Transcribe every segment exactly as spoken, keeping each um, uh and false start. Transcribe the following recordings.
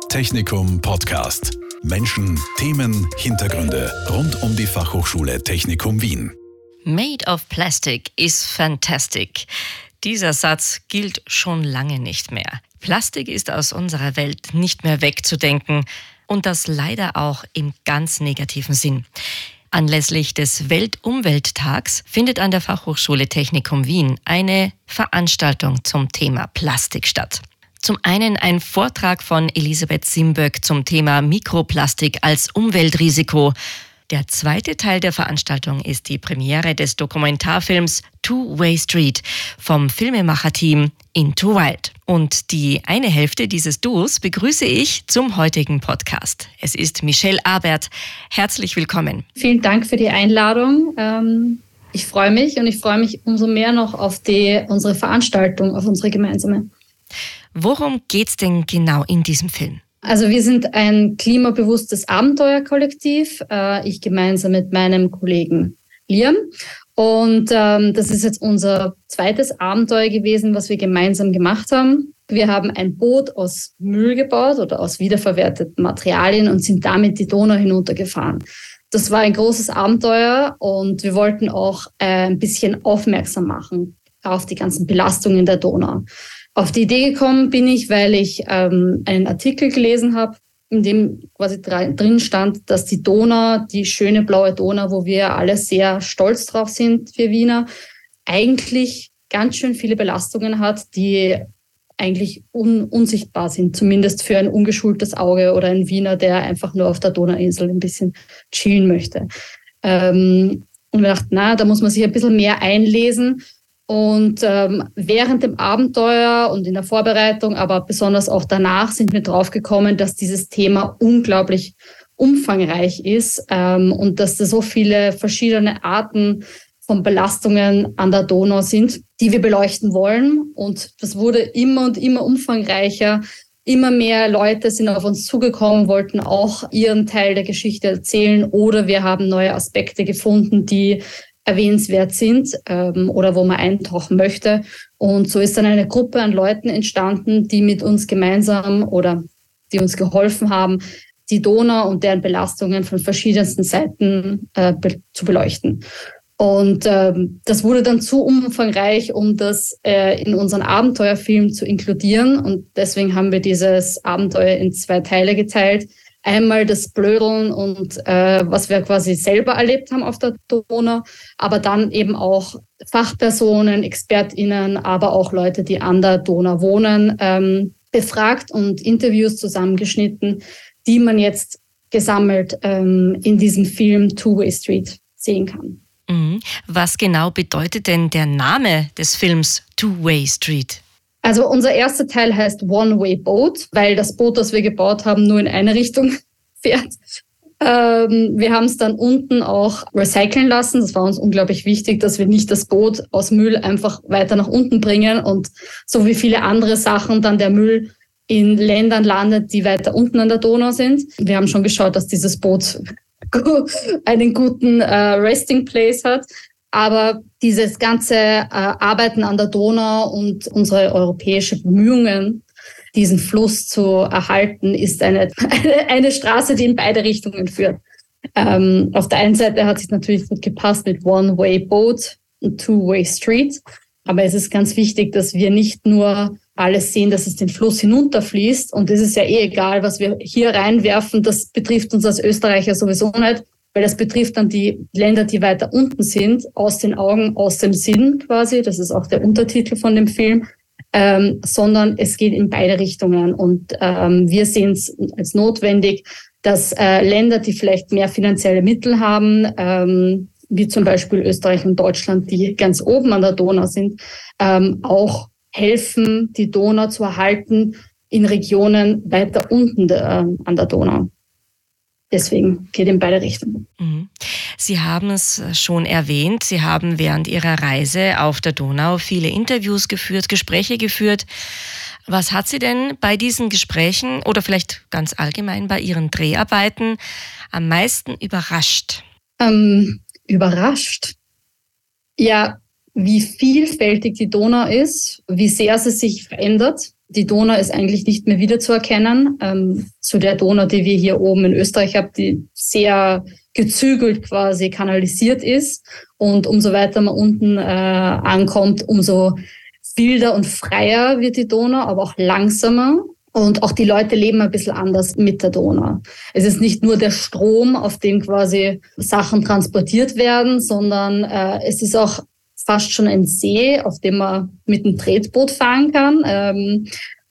Technikum Podcast. Menschen, Themen, Hintergründe rund um die Fachhochschule Technikum Wien. Made of Plastic is fantastic. Dieser Satz gilt schon lange nicht mehr. Plastik ist aus unserer Welt nicht mehr wegzudenken und das leider auch im ganz negativen Sinn. Anlässlich des Weltumwelttags findet an der Fachhochschule Technikum Wien eine Veranstaltung zum Thema Plastik statt. Zum einen ein Vortrag von Elisabeth Simböck zum Thema Mikroplastik als Umweltrisiko. Der zweite Teil der Veranstaltung ist die Premiere des Dokumentarfilms Two-Way Street vom Filmemacherteam Into Wild. Und die eine Hälfte dieses Duos begrüße ich zum heutigen Podcast. Es ist Michelle Abert. Herzlich willkommen. Vielen Dank für die Einladung. Ich freue mich und ich freue mich umso mehr noch auf die, unsere Veranstaltung, auf unsere gemeinsame. Worum geht's denn genau in diesem Film? Also wir sind ein klimabewusstes Abenteuerkollektiv, äh, ich gemeinsam mit meinem Kollegen Liam. Und ähm, das ist jetzt unser zweites Abenteuer gewesen, was wir gemeinsam gemacht haben. Wir haben ein Boot aus Müll gebaut oder aus wiederverwerteten Materialien und sind damit die Donau hinuntergefahren. Das war ein großes Abenteuer und wir wollten auch äh, ein bisschen aufmerksam machen auf die ganzen Belastungen der Donau. Auf die Idee gekommen bin ich, weil ich ähm, einen Artikel gelesen habe, in dem quasi drin stand, dass die Donau, die schöne blaue Donau, wo wir alle sehr stolz drauf sind, wir Wiener, eigentlich ganz schön viele Belastungen hat, die eigentlich un- unsichtbar sind, zumindest für ein ungeschultes Auge oder ein Wiener, der einfach nur auf der Donauinsel ein bisschen chillen möchte. Ähm, und wir dachten, na, da muss man sich ein bisschen mehr einlesen. Und ähm, während dem Abenteuer und in der Vorbereitung, aber besonders auch danach, sind wir draufgekommen, dass dieses Thema unglaublich umfangreich ist ähm, und dass da so viele verschiedene Arten von Belastungen an der Donau sind, die wir beleuchten wollen. Und das wurde immer und immer umfangreicher. Immer mehr Leute sind auf uns zugekommen, wollten auch ihren Teil der Geschichte erzählen oder wir haben neue Aspekte gefunden, die erwähnenswert sind ähm, oder wo man eintauchen möchte. Und so ist dann eine Gruppe an Leuten entstanden, die mit uns gemeinsam oder die uns geholfen haben, die Donau und deren Belastungen von verschiedensten Seiten äh, be- zu beleuchten. Und ähm, das wurde dann zu umfangreich, um das äh, in unseren Abenteuerfilm zu inkludieren. Und deswegen haben wir dieses Abenteuer in zwei Teile geteilt. Einmal das Blödeln und äh, was wir quasi selber erlebt haben auf der Donau, aber dann eben auch Fachpersonen, ExpertInnen, aber auch Leute, die an der Donau wohnen, ähm, befragt und Interviews zusammengeschnitten, die man jetzt gesammelt ähm, in diesem Film Two-Way Street sehen kann. Mhm. Was genau bedeutet denn der Name des Films Two-Way Street? Also unser erster Teil heißt One-Way Boat, weil das Boot, das wir gebaut haben, nur in eine Richtung fährt. Ähm, wir haben es dann unten auch recyceln lassen. Das war uns unglaublich wichtig, dass wir nicht das Boot aus Müll einfach weiter nach unten bringen und so wie viele andere Sachen dann der Müll in Ländern landet, die weiter unten an der Donau sind. Wir haben schon geschaut, dass dieses Boot einen guten äh, Resting Place hat. Aber dieses ganze äh, Arbeiten an der Donau und unsere europäische Bemühungen, diesen Fluss zu erhalten, ist eine, eine, eine Straße, die in beide Richtungen führt. Ähm, auf der einen Seite hat es natürlich gut gepasst mit One-Way Boat und Two-Way Street. Aber es ist ganz wichtig, dass wir nicht nur alles sehen, dass es den Fluss hinunterfließt. Und es ist ja eh egal, was wir hier reinwerfen. Das betrifft uns als Österreicher sowieso nicht. Weil das betrifft dann die Länder, die weiter unten sind, aus den Augen, aus dem Sinn quasi. Das ist auch der Untertitel von dem Film. Ähm, sondern es geht in beide Richtungen. Und ähm, wir sehen es als notwendig, dass äh, Länder, die vielleicht mehr finanzielle Mittel haben, ähm, wie zum Beispiel Österreich und Deutschland, die ganz oben an der Donau sind, ähm, auch helfen, die Donau zu erhalten in Regionen weiter unten de, äh, an der Donau. Deswegen geht in beide Richtungen. Sie haben es schon erwähnt, Sie haben während Ihrer Reise auf der Donau viele Interviews geführt, Gespräche geführt. Was hat Sie denn bei diesen Gesprächen oder vielleicht ganz allgemein bei Ihren Dreharbeiten am meisten überrascht? Ähm, überrascht? Ja, wie vielfältig die Donau ist, wie sehr sie sich verändert. Die Donau ist eigentlich nicht mehr wiederzuerkennen. Ähm, zu der Donau, die wir hier oben in Österreich haben, die sehr gezügelt quasi kanalisiert ist. Und umso weiter man unten äh, ankommt, umso wilder und freier wird die Donau, aber auch langsamer. Und auch die Leute leben ein bisschen anders mit der Donau. Es ist nicht nur der Strom, auf dem quasi Sachen transportiert werden, sondern äh, es ist auch fast schon ein See, auf dem man mit einem Tretboot fahren kann. Ähm,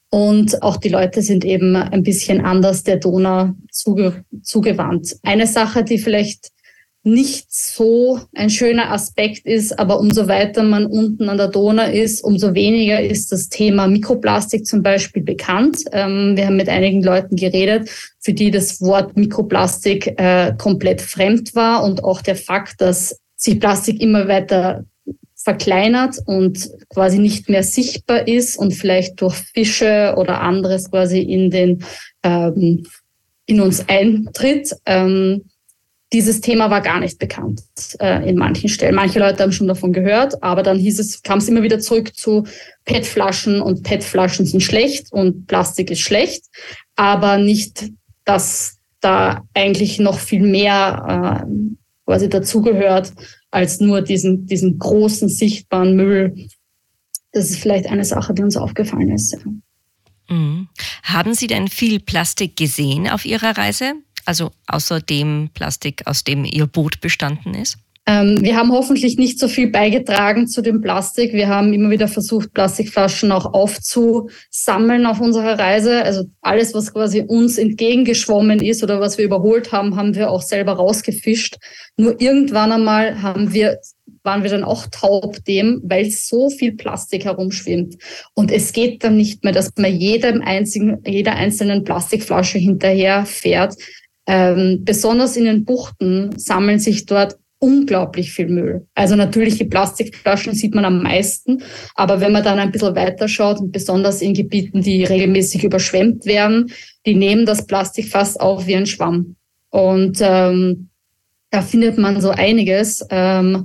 und auch die Leute sind eben ein bisschen anders der Donau zuge- zugewandt. Eine Sache, die vielleicht nicht so ein schöner Aspekt ist, aber umso weiter man unten an der Donau ist, umso weniger ist das Thema Mikroplastik zum Beispiel bekannt. Ähm, wir haben mit einigen Leuten geredet, für die das Wort Mikroplastik äh, komplett fremd war und auch der Fakt, dass sich Plastik immer weiter verkleinert und quasi nicht mehr sichtbar ist und vielleicht durch Fische oder anderes quasi in den ähm, in uns eintritt. Ähm, Dieses Thema war gar nicht bekannt äh, in manchen Stellen. Manche Leute haben schon davon gehört, aber dann hieß es, kam es immer wieder zurück zu P E T-Flaschen und P E T-Flaschen sind schlecht und Plastik ist schlecht, aber nicht, dass da eigentlich noch viel mehr äh, quasi dazugehört als nur diesen, diesen großen sichtbaren Müll. Das ist vielleicht eine Sache, die uns aufgefallen ist. Ja. Mhm. Haben Sie denn viel Plastik gesehen auf Ihrer Reise? Also außer dem Plastik, aus dem Ihr Boot bestanden ist? Ähm, wir haben hoffentlich nicht so viel beigetragen zu dem Plastik. Wir haben immer wieder versucht, Plastikflaschen auch aufzusammeln auf unserer Reise. Also alles, was quasi uns entgegengeschwommen ist oder was wir überholt haben, haben wir auch selber rausgefischt. Nur irgendwann einmal haben wir, waren wir dann auch taub dem, weil so viel Plastik herumschwimmt. Und es geht dann nicht mehr, dass man jedem einzigen, jeder einzelnen Plastikflasche hinterher fährt. Ähm, besonders in den Buchten sammeln sich dort unglaublich viel Müll. Also natürlich die Plastikflaschen sieht man am meisten, aber wenn man dann ein bisschen weiter schaut und besonders in Gebieten, die regelmäßig überschwemmt werden, die nehmen das Plastik fast auf wie ein Schwamm. Und ähm, da findet man so einiges. Ähm,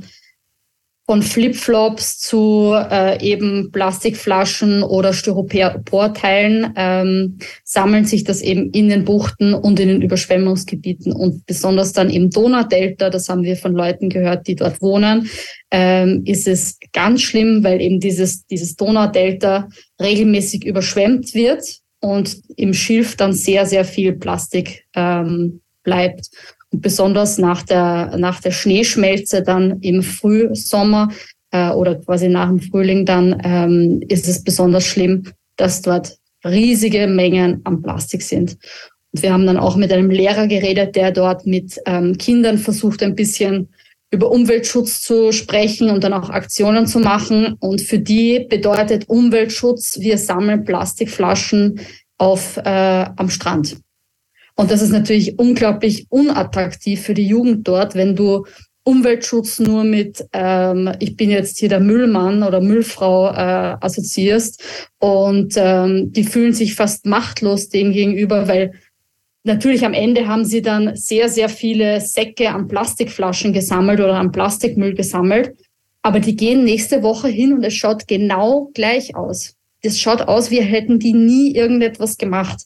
Von Flipflops zu äh, eben Plastikflaschen oder Styroporteilen ähm, sammeln sich das eben in den Buchten und in den Überschwemmungsgebieten und besonders dann im Donaudelta, das haben wir von Leuten gehört, die dort wohnen, ähm, ist es ganz schlimm, weil eben dieses, dieses Donaudelta regelmäßig überschwemmt wird und im Schilf dann sehr, sehr viel Plastik ähm, bleibt. Besonders nach der, nach der Schneeschmelze dann im Frühsommer äh, oder quasi nach dem Frühling dann ähm, ist es besonders schlimm, dass dort riesige Mengen an Plastik sind. Und wir haben dann auch mit einem Lehrer geredet, der dort mit ähm, Kindern versucht, ein bisschen über Umweltschutz zu sprechen und dann auch Aktionen zu machen. Und für die bedeutet Umweltschutz, wir sammeln Plastikflaschen auf, äh, am Strand. Und das ist natürlich unglaublich unattraktiv für die Jugend dort, wenn du Umweltschutz nur mit ähm, ich bin jetzt hier der Müllmann oder Müllfrau äh, assoziierst. Und ähm, die fühlen sich fast machtlos dem gegenüber, weil natürlich am Ende haben sie dann sehr, sehr viele Säcke an Plastikflaschen gesammelt oder an Plastikmüll gesammelt. Aber die gehen nächste Woche hin und es schaut genau gleich aus. Das schaut aus, wie hätten die nie irgendetwas gemacht.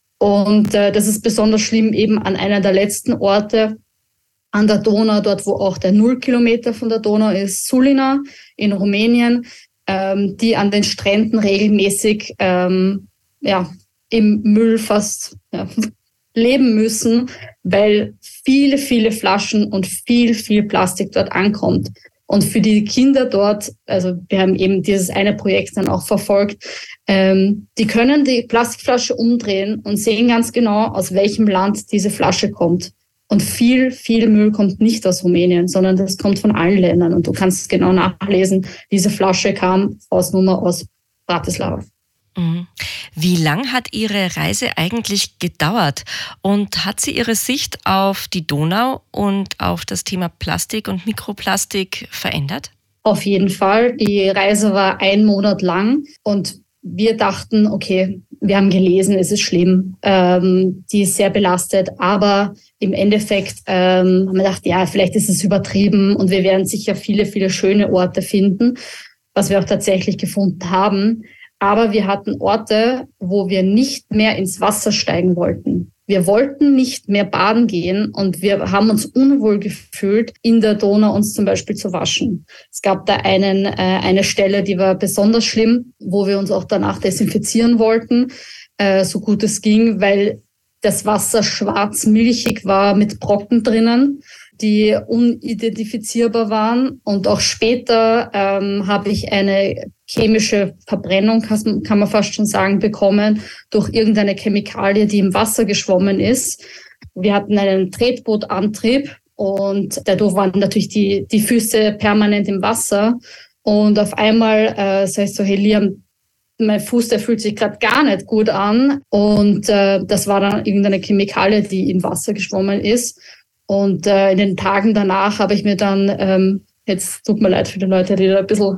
Und äh, das ist besonders schlimm eben an einer der letzten Orte an der Donau, dort wo auch der null Kilometer von der Donau ist, Sulina in Rumänien, ähm, die an den Stränden regelmäßig ähm, ja, im Müll fast ja, leben müssen, weil viele, viele Flaschen und viel, viel Plastik dort ankommt. Und für die Kinder dort, also wir haben eben dieses eine Projekt dann auch verfolgt, ähm, die können die Plastikflasche umdrehen und sehen ganz genau, aus welchem Land diese Flasche kommt. Und viel, viel Müll kommt nicht aus Rumänien, sondern das kommt von allen Ländern. Und du kannst genau nachlesen, diese Flasche kam Hausnummer aus Bratislava. Wie lang hat Ihre Reise eigentlich gedauert und hat sie Ihre Sicht auf die Donau und auf das Thema Plastik und Mikroplastik verändert? Auf jeden Fall. Die Reise war ein Monat lang und wir dachten, okay, wir haben gelesen, es ist schlimm, ähm, die ist sehr belastet, aber im Endeffekt ähm, haben wir gedacht, ja, vielleicht ist es übertrieben und wir werden sicher viele, viele schöne Orte finden, was wir auch tatsächlich gefunden haben. Aber wir hatten Orte, wo wir nicht mehr ins Wasser steigen wollten. Wir wollten nicht mehr baden gehen und wir haben uns unwohl gefühlt, in der Donau uns zum Beispiel zu waschen. Es gab da einen, äh, eine Stelle, die war besonders schlimm, wo wir uns auch danach desinfizieren wollten, äh, so gut es ging, weil das Wasser schwarz-milchig war mit Brocken drinnen, die unidentifizierbar waren. Und auch später ähm, habe ich eine chemische Verbrennung, kann man fast schon sagen, bekommen durch irgendeine Chemikalie, die im Wasser geschwommen ist. Wir hatten einen Tretbootantrieb und dadurch waren natürlich die, die Füße permanent im Wasser. Und auf einmal äh, sag ich so, hey Liam, mein Fuß, der fühlt sich gerade gar nicht gut an. Und äh, das war dann irgendeine Chemikalie, die im Wasser geschwommen ist. Und äh, in den Tagen danach habe ich mir dann, ähm, jetzt tut mir leid für die Leute, die da ein bisschen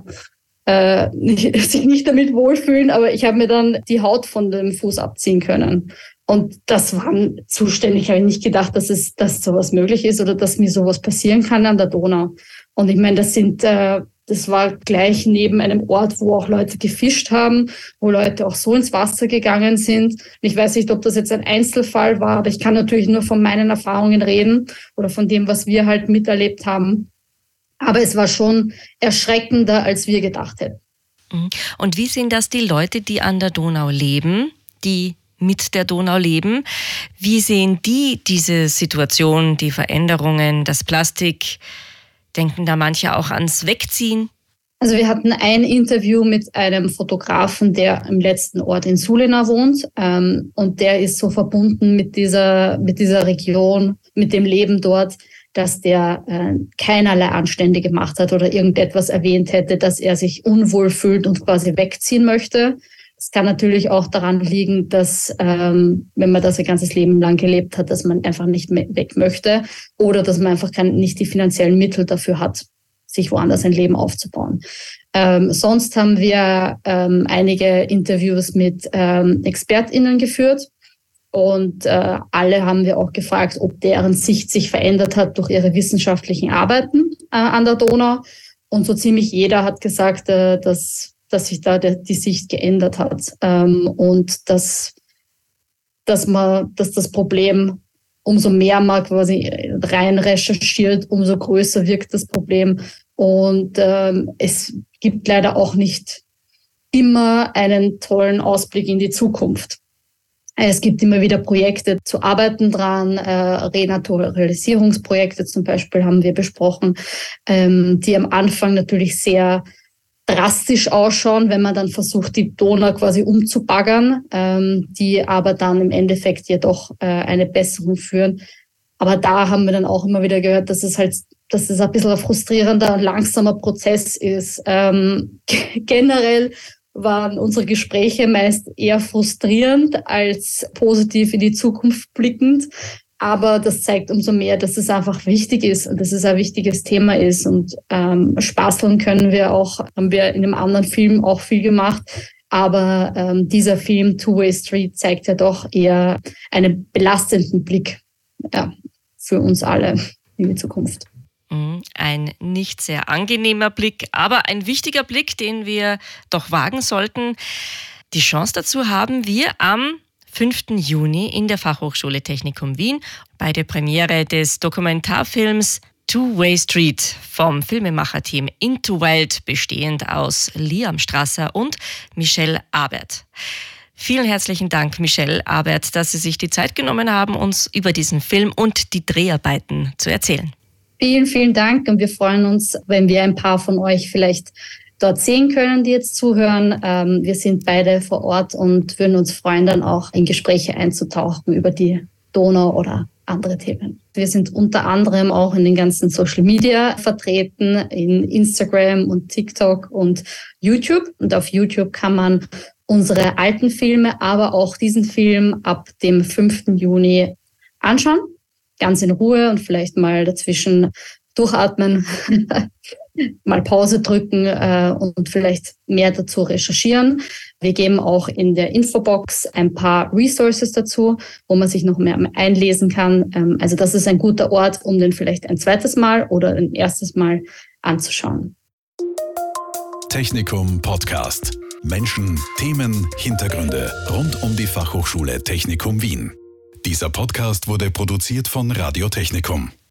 äh, nicht, sich nicht damit wohlfühlen, aber ich habe mir dann die Haut von dem Fuß abziehen können. Und das waren Zustände, ich habe nicht gedacht, dass es, dass sowas möglich ist oder dass mir sowas passieren kann an der Donau. Und ich meine, das sind, äh, das war gleich neben einem Ort, wo auch Leute gefischt haben, wo Leute auch so ins Wasser gegangen sind. Und ich weiß nicht, ob das jetzt ein Einzelfall war, aber ich kann natürlich nur von meinen Erfahrungen reden oder von dem, was wir halt miterlebt haben. Aber es war schon erschreckender, als wir gedacht hätten. Und wie sehen das die Leute, die an der Donau leben, die mit der Donau leben? Wie sehen die diese Situation, die Veränderungen, das Plastik? Denken da manche auch ans Wegziehen? Also wir hatten ein Interview mit einem Fotografen, der im letzten Ort in Sulina wohnt. Ähm, und der ist so verbunden mit dieser, mit dieser Region, mit dem Leben dort, dass der äh, keinerlei Anstände gemacht hat oder irgendetwas erwähnt hätte, dass er sich unwohl fühlt und quasi wegziehen möchte. Es kann natürlich auch daran liegen, dass, ähm, wenn man das ein ganzes Leben lang gelebt hat, dass man einfach nicht mehr weg möchte oder dass man einfach kein, nicht die finanziellen Mittel dafür hat, sich woanders ein Leben aufzubauen. Ähm, sonst haben wir ähm, einige Interviews mit ähm, ExpertInnen geführt und äh, alle haben wir auch gefragt, ob deren Sicht sich verändert hat durch ihre wissenschaftlichen Arbeiten äh, an der Donau. Und so ziemlich jeder hat gesagt, äh, dass dass sich da der, die Sicht geändert hat ähm, und dass, dass, man, dass das Problem, umso mehr man quasi rein recherchiert, umso größer wirkt das Problem. Und ähm, es gibt leider auch nicht immer einen tollen Ausblick in die Zukunft. Es gibt immer wieder Projekte zu arbeiten dran, äh, Renaturalisierungsprojekte zum Beispiel haben wir besprochen, ähm, die am Anfang natürlich sehr drastisch ausschauen, wenn man dann versucht, die Donau quasi umzubaggern, ähm, die aber dann im Endeffekt ja doch äh, eine Besserung führen. Aber da haben wir dann auch immer wieder gehört, dass es halt, dass es ein bisschen ein frustrierender, langsamer Prozess ist. Ähm, generell waren unsere Gespräche meist eher frustrierend als positiv in die Zukunft blickend. Aber das zeigt umso mehr, dass es einfach wichtig ist und dass es ein wichtiges Thema ist. Und ähm, spaßeln können wir auch, haben wir in einem anderen Film auch viel gemacht. Aber ähm, dieser Film Two-Way Street zeigt ja doch eher einen belastenden Blick ja, für uns alle in die Zukunft. Ein nicht sehr angenehmer Blick, aber ein wichtiger Blick, den wir doch wagen sollten. Die Chance dazu haben wir am fünften Juni in der Fachhochschule Technikum Wien bei der Premiere des Dokumentarfilms Two-Way Street vom Filmemacherteam Into Wild, bestehend aus Liam Strasser und Michelle Abert. Vielen herzlichen Dank, Michelle Abert, dass Sie sich die Zeit genommen haben, uns über diesen Film und die Dreharbeiten zu erzählen. Vielen, vielen Dank und wir freuen uns, wenn wir ein paar von euch vielleicht dort sehen können, die jetzt zuhören. Ähm, wir sind beide vor Ort und würden uns freuen, dann auch in Gespräche einzutauchen über die Donau oder andere Themen. Wir sind unter anderem auch in den ganzen Social Media vertreten, in Instagram und TikTok und YouTube. Und auf YouTube kann man unsere alten Filme, aber auch diesen Film ab dem fünften Juni anschauen. Ganz in Ruhe und vielleicht mal dazwischen durchatmen, mal Pause drücken äh, und vielleicht mehr dazu recherchieren. Wir geben auch in der Infobox ein paar Resources dazu, wo man sich noch mehr einlesen kann. Ähm, also das ist ein guter Ort, um den vielleicht ein zweites Mal oder ein erstes Mal anzuschauen. Technikum Podcast. Menschen, Themen, Hintergründe rund um die Fachhochschule Technikum Wien. Dieser Podcast wurde produziert von Radio Technikum.